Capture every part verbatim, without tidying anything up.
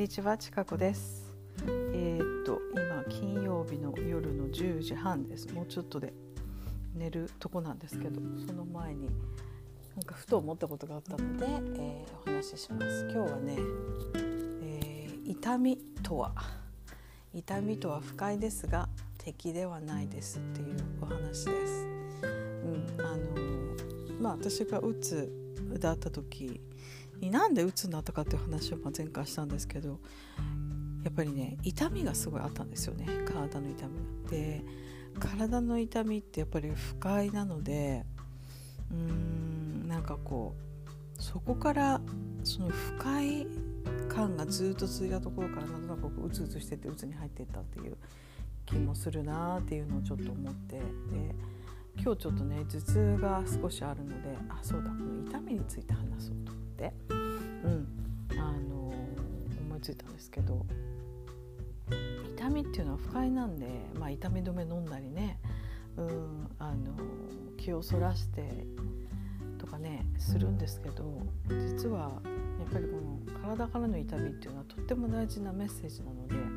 にちは、ちかこです。えー、っと今金曜日の夜のじゅうじはんです。もうちょっとで寝るとこなんですけど、その前になんかふと思ったことがあったので、えー、お話しします。今日はね、えー、痛みとは痛みとは不快ですが敵ではないですっていうお話です。うん、あのまあ私がうつだった時になんでうつになったかっていう話を前回したんですけど、やっぱりね痛みがすごいあったんですよね。体の痛みで、体の痛みってやっぱり不快なので、うーんなんかこうそこからその不快感がずっと続いたところからなんとなくうつうつしててうつに入っていったっていう気もするなっていうのをちょっと思って、で今日ちょっとね頭痛が少しあるので、あそうだこの痛みについて話そうと思って、うんあの思いついたんですけど、痛みっていうのは不快なんで、まあ、痛み止め飲んだりね、うんあの気をそらしてとかねするんですけど、実はやっぱりこの体からの痛みっていうのはとっても大事なメッセージなので、うん、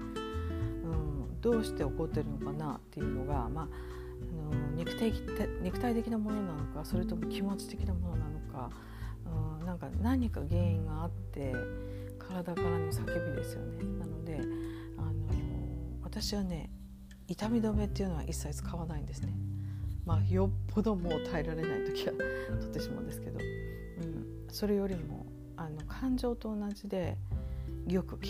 どうして起こってるのかなっていうのが、まあ、あの 肉体、肉体的なものなのか、それとも気持ち的なものなのか、うん、なんか何か原因があって体からの叫びですよね。なのであの私はね痛み止めっていうのは一切使わないんですね。まあよっぽどもう耐えられない時は取ってしまうんですけど、うん、それよりもあの感情と同じでよく効く、うん、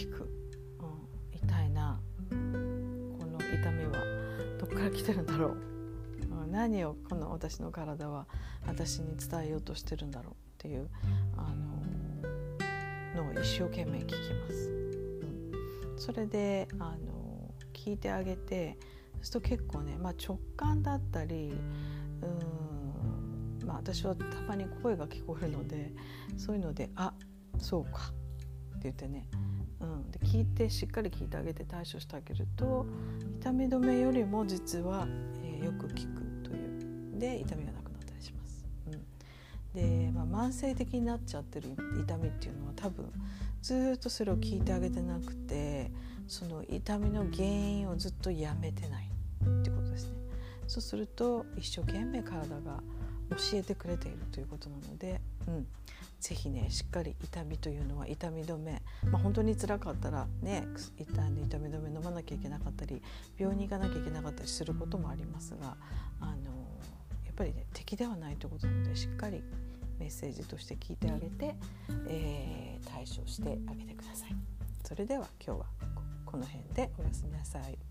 痛いな、この痛みはどっから来てるんだろう、うん、何をこの私の体は私に伝えようとしてるんだろうっていうあののを一生懸命聞きます、うん、それであの聞いてあげて、そうすると結構ね、まあ、直感だったり、うーん、まあ、私はたまに声が聞こえるので、そういうのであそうかって言ってね、うん、で聞いてしっかり聞いてあげて対処してあげると、痛み止めよりも実は、えー、よく効くというで痛みがなくなったりします、うん、で、まあ、慢性的になっちゃってる痛みっていうのは多分ずっとそれを聞いてあげてなくて、その痛みの原因をずっとやめてないってことですね。そうすると一生懸命体が教えてくれているということなので、うん、ぜひねしっかり痛みというのは痛み止め、まあ、本当に辛かったらね痛み止め飲まなきゃいけなかったり病院に行かなきゃいけなかったりすることもありますが、あのやっぱりね敵ではないということなので、しっかりメッセージとして聞いてあげて、えー、対処してあげてください。それでは今日はこの辺でおやすみなさい。